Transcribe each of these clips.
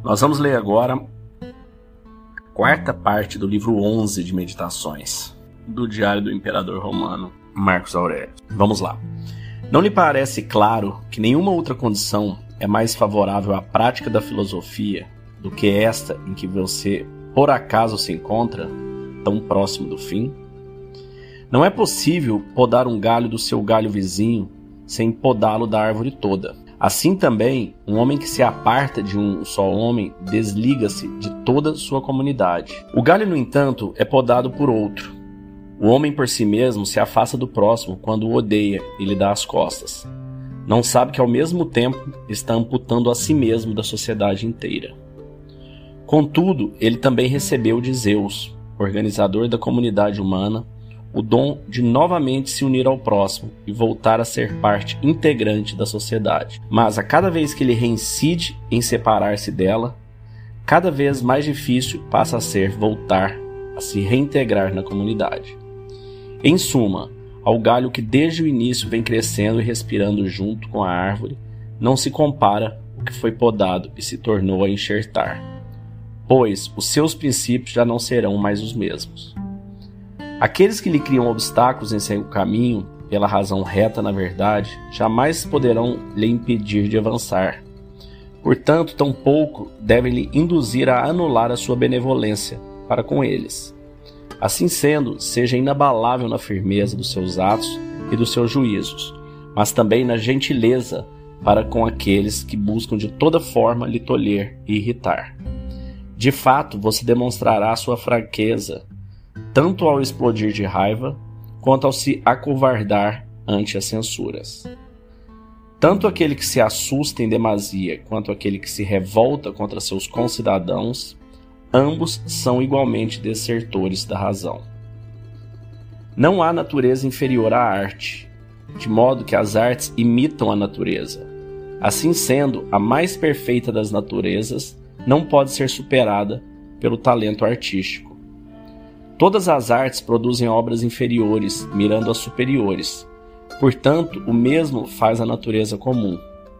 Nós vamos ler agora a quarta parte do livro 11 de Meditações, do Diário do Imperador Romano Marcos Aurélio. Vamos lá. Não lhe parece claro que nenhuma outra condição é mais favorável à prática da filosofia do que esta em que você, por acaso, se encontra tão próximo do fim? Não é possível podar um galho do seu galho vizinho sem podá-lo da árvore toda. Assim também, um homem que se aparta de um só homem desliga-se de toda sua comunidade. O galho, no entanto, é podado por outro. O homem por si mesmo se afasta do próximo quando o odeia e lhe dá as costas. Não sabe que ao mesmo tempo está amputando a si mesmo da sociedade inteira. Contudo, ele também recebeu de Zeus, organizador da comunidade humana, o dom de novamente se unir ao próximo e voltar a ser parte integrante da sociedade. Mas a cada vez que ele reincide em separar-se dela, cada vez mais difícil passa a ser voltar a se reintegrar na comunidade. Em suma, ao galho que desde o início vem crescendo e respirando junto com a árvore, não se compara o que foi podado e se tornou a enxertar, pois os seus princípios já não serão mais os mesmos. Aqueles que lhe criam obstáculos em seu caminho, pela razão reta na verdade, jamais poderão lhe impedir de avançar. Portanto, tampouco devem lhe induzir a anular a sua benevolência para com eles. Assim sendo, seja inabalável na firmeza dos seus atos e dos seus juízos, mas também na gentileza para com aqueles que buscam de toda forma lhe tolher e irritar. De fato, você demonstrará sua fraqueza, tanto ao explodir de raiva, quanto ao se acovardar ante as censuras. Tanto aquele que se assusta em demasia, quanto aquele que se revolta contra seus concidadãos, ambos são igualmente desertores da razão. Não há natureza inferior à arte, de modo que as artes imitam a natureza. Assim sendo, a mais perfeita das naturezas não pode ser superada pelo talento artístico. Todas as artes produzem obras inferiores, mirando as superiores. Portanto, o mesmo faz a natureza comum.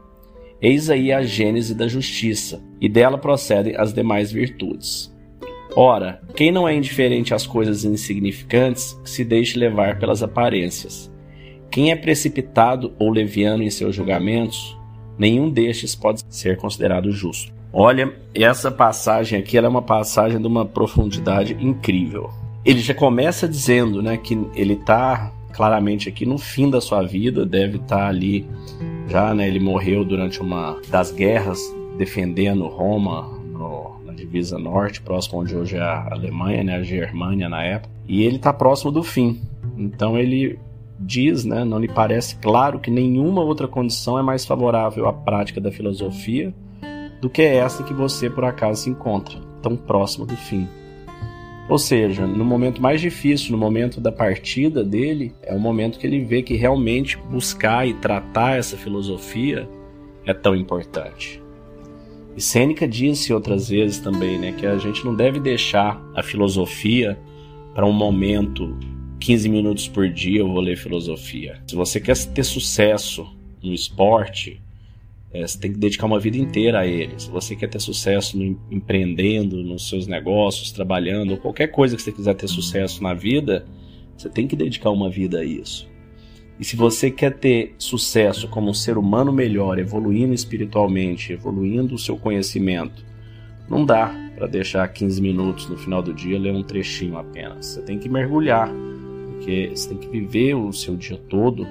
Eis aí a gênese da justiça, e dela procedem as demais virtudes. Ora, quem não é indiferente às coisas insignificantes, que se deixe levar pelas aparências. Quem é precipitado ou leviano em seus julgamentos, nenhum destes pode ser considerado justo. Olha, essa passagem aqui ela é uma passagem de uma profundidade incrível. Ele já começa dizendo, né, que ele está claramente aqui no fim da sua vida, deve estar ali já, né, ele morreu durante uma das guerras defendendo Roma na divisa norte, próximo onde hoje é a Alemanha, né, a Germânia na época, e ele está próximo do fim. Então ele diz, né, não lhe parece claro que nenhuma outra condição é mais favorável à prática da filosofia do que essa que você por acaso se encontra, tão próximo do fim. Ou seja, no momento mais difícil, no momento da partida dele, é o momento que ele vê que realmente buscar e tratar essa filosofia é tão importante. E Sêneca disse outras vezes também, né, que a gente não deve deixar a filosofia para um momento, 15 minutos por dia eu vou ler filosofia. Se você quer ter sucesso no esporte, você tem que dedicar uma vida inteira a ele. Se você quer ter sucesso empreendendo, nos seus negócios, trabalhando, ou qualquer coisa que você quiser ter sucesso na vida, você tem que dedicar uma vida a isso. E se você quer ter sucesso como um ser humano melhor, evoluindo espiritualmente, evoluindo o seu conhecimento, não dá para deixar 15 minutos no final do dia ler um trechinho apenas. Você tem que mergulhar, porque você tem que viver o seu dia todo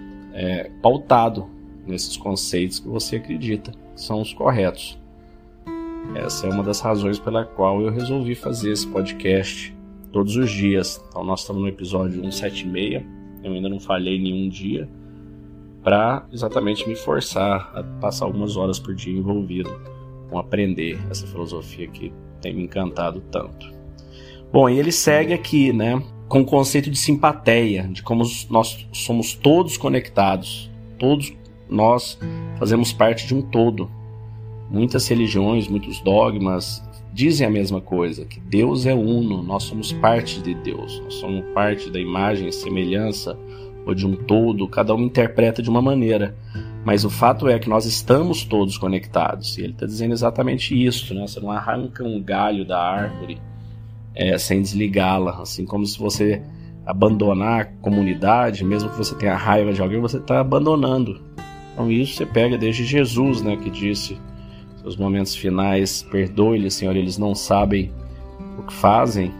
pautado nesses conceitos que você acredita que são os corretos. Essa é uma das razões pela qual eu resolvi fazer esse podcast todos os dias. Então nós estamos no episódio 176, eu ainda não falhei nenhum dia, para exatamente me forçar a passar algumas horas por dia envolvido com aprender essa filosofia que tem me encantado tanto. Bom, e ele segue aqui, né, com o conceito de simpatia, de como nós somos todos conectados, todos nós fazemos parte de um todo. Muitas religiões, muitos dogmas dizem a mesma coisa, que Deus é uno, nós somos parte de Deus, nós somos parte da imagem e semelhança ou de um todo, cada um interpreta de uma maneira, Mas o fato é que nós estamos todos conectados. E ele está dizendo exatamente isso, né? Você não arranca um galho da árvore sem desligá-la. Assim como se você abandonar a comunidade, mesmo que você tenha raiva de alguém, você está abandonando. Então isso você pega desde Jesus, né? Que disse, seus momentos finais, perdoe-lhes, Senhor, eles não sabem o que fazem.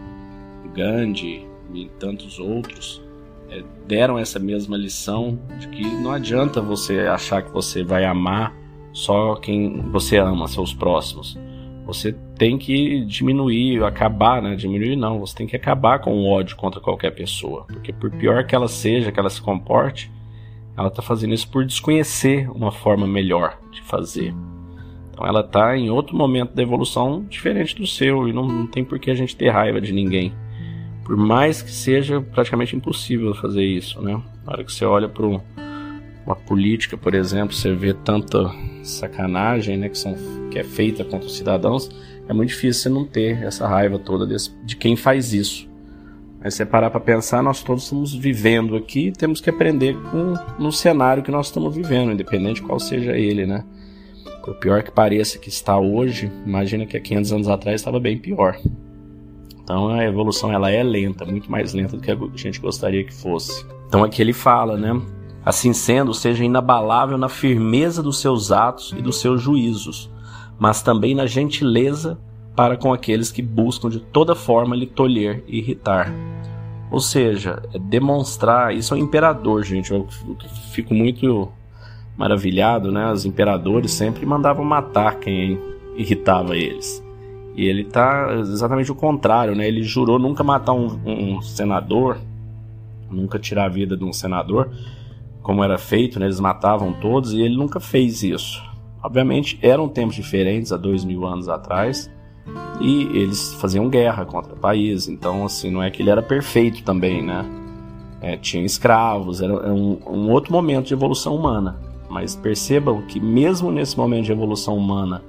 Gandhi e tantos outros deram essa mesma lição de que não adianta você achar que você vai amar só quem você ama, seus próximos. Você tem que diminuir, acabar, né? Diminuir não, você tem que acabar com o ódio contra qualquer pessoa. Porque por pior que ela seja, que ela se comporte, ela está fazendo isso por desconhecer uma forma melhor de fazer. Então ela está em outro momento da evolução diferente do seu e não tem por que a gente ter raiva de ninguém. Por mais que seja praticamente impossível fazer isso, né? Na hora que você olha para uma política, por exemplo, você vê tanta sacanagem, né, que é feita contra os cidadãos, é muito difícil você não ter essa raiva toda de quem faz isso. Mas se você parar para pensar, nós todos estamos vivendo aqui e temos que aprender no cenário que nós estamos vivendo, independente de qual seja ele, né? Por pior que pareça que está hoje, imagina que há 500 anos atrás estava bem pior. Então a evolução ela é lenta, muito mais lenta do que a gente gostaria que fosse. Então aqui ele fala, né? Assim sendo, seja inabalável na firmeza dos seus atos e dos seus juízos, mas também na gentileza para com aqueles que buscam de toda forma lhe tolher e irritar. Ou seja, demonstrar, isso é um imperador, gente, eu fico muito maravilhado, né? Os imperadores sempre mandavam matar quem irritava eles. E ele está exatamente o contrário, né? Ele jurou nunca matar um senador, nunca tirar a vida de um senador, como era feito, né? Eles matavam todos e ele nunca fez isso. Obviamente eram tempos diferentes, há 2000 anos atrás, e eles faziam guerra contra o país, então assim, não é que ele era perfeito também, né? Tinha escravos, era um outro momento de evolução humana. Mas percebam que mesmo nesse momento de evolução humana,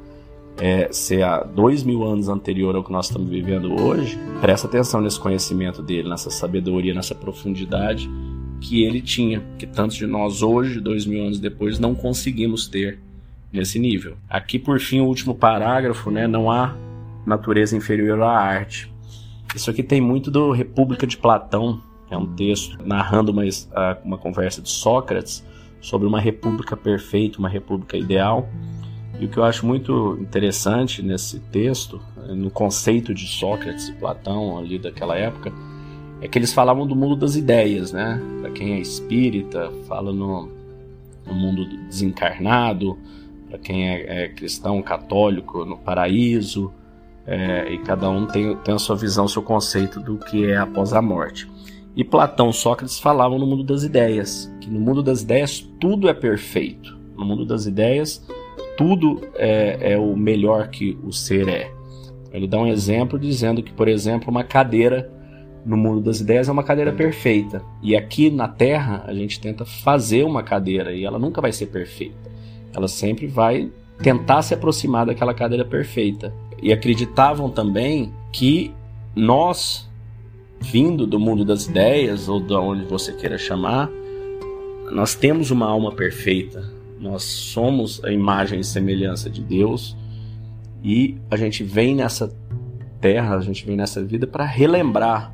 ser há 2000 anos anterior ao que nós estamos vivendo hoje, presta atenção nesse conhecimento dele, nessa sabedoria, nessa profundidade que ele tinha, que tantos de nós hoje, 2000 anos depois, não conseguimos ter nesse nível. Aqui, por fim, o último parágrafo, né? Não há natureza inferior à arte. Isso aqui tem muito do República de Platão, é um texto narrando uma conversa de Sócrates sobre uma república perfeita, uma república ideal. E o que eu acho muito interessante nesse texto, no conceito de Sócrates e Platão ali daquela época, é que eles falavam do mundo das ideias, né? Para quem é espírita, fala no mundo desencarnado, para quem é cristão, católico, no paraíso, e cada um tem a sua visão, o seu conceito do que é após a morte. E Platão e Sócrates falavam no mundo das ideias, que no mundo das ideias tudo é perfeito. No mundo das ideias tudo é o melhor que o ser é. Ele dá um exemplo dizendo que, por exemplo, uma cadeira no mundo das ideias é uma cadeira perfeita. E aqui na Terra a gente tenta fazer uma cadeira e ela nunca vai ser perfeita. Ela sempre vai tentar se aproximar daquela cadeira perfeita. E acreditavam também que nós, vindo do mundo das ideias, ou de onde você queira chamar, nós temos uma alma perfeita. Nós somos a imagem e semelhança de Deus e a gente vem nessa terra, a gente vem nessa vida para relembrar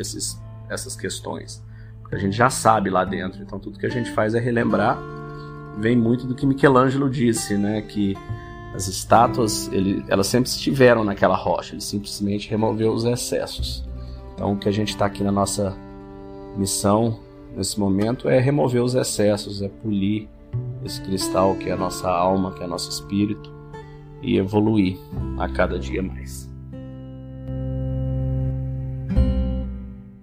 essas questões. Porque a gente já sabe lá dentro, então tudo que a gente faz é relembrar. Vem muito do que Michelangelo disse, né? Que as estátuas, elas sempre estiveram naquela rocha, ele simplesmente removeu os excessos. Então o que a gente está aqui na nossa missão nesse momento é remover os excessos, é polir esse cristal que é a nossa alma, que é nosso espírito, e evoluir a cada dia mais.